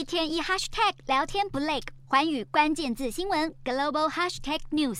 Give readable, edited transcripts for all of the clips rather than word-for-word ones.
天一 hashtag 聊天不累，寰宇关键字新闻 global hashtag news。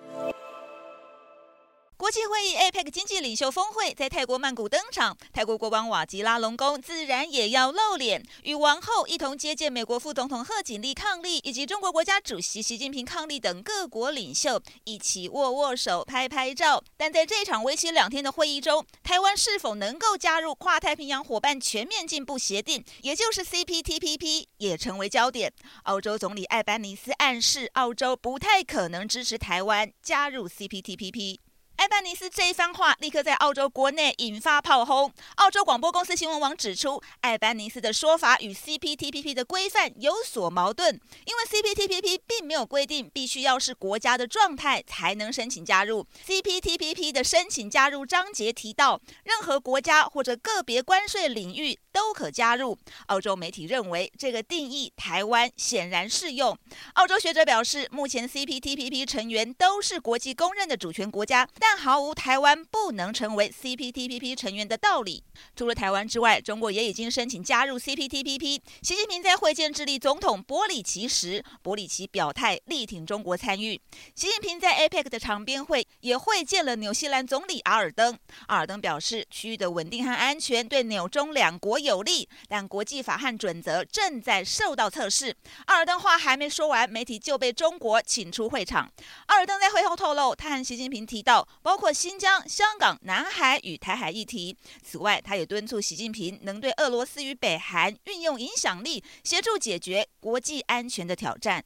国际会议 APEC 经济领袖峰会在泰国曼谷登场，泰国国王瓦吉拉隆功自然也要露脸，与王后一同接见美国副总统贺锦丽伉俪以及中国国家主席习近平伉俪等各国领袖一起握握手、拍拍照。但在这场为期2天的会议中，台湾是否能够加入跨太平洋伙伴全面进步协定，也就是 CPTPP， 也成为焦点。澳洲总理艾班尼斯暗示，澳洲不太可能支持台湾加入 CPTPP。艾班尼斯这一番话立刻在澳洲国内引发炮轰。澳洲广播公司新闻网指出，艾班尼斯的说法与 CPTPP 的规范有所矛盾，因为 CPTPP 并没有规定必须要是国家的状态才能申请加入。CPTPP 的申请加入章节提到，任何国家或者个别关税领域都可加入。澳洲媒体认为，这个定义台湾显然适用。澳洲学者表示，目前 CPTPP 成员都是国际公认的主权国家，但毫无台湾不能成为 CPTPP 成员的道理。除了台湾之外，中国也已经申请加入 CPTPP。习近平在会见智利总统波里奇时，波里奇表态力挺中国参与。习近平在 APEC 的场边会也会见了纽西兰总理阿尔登。阿尔登表示，区域的稳定和安全对纽中两国有利，但国际法和准则正在受到测试。阿尔登话还没说完，媒体就被中国请出会场。阿尔登在会后透露，他和习近平提到包括新疆、香港、南海与台海议题。此外，他也敦促习近平能对俄罗斯与北韩运用影响力，协助解决国际安全的挑战。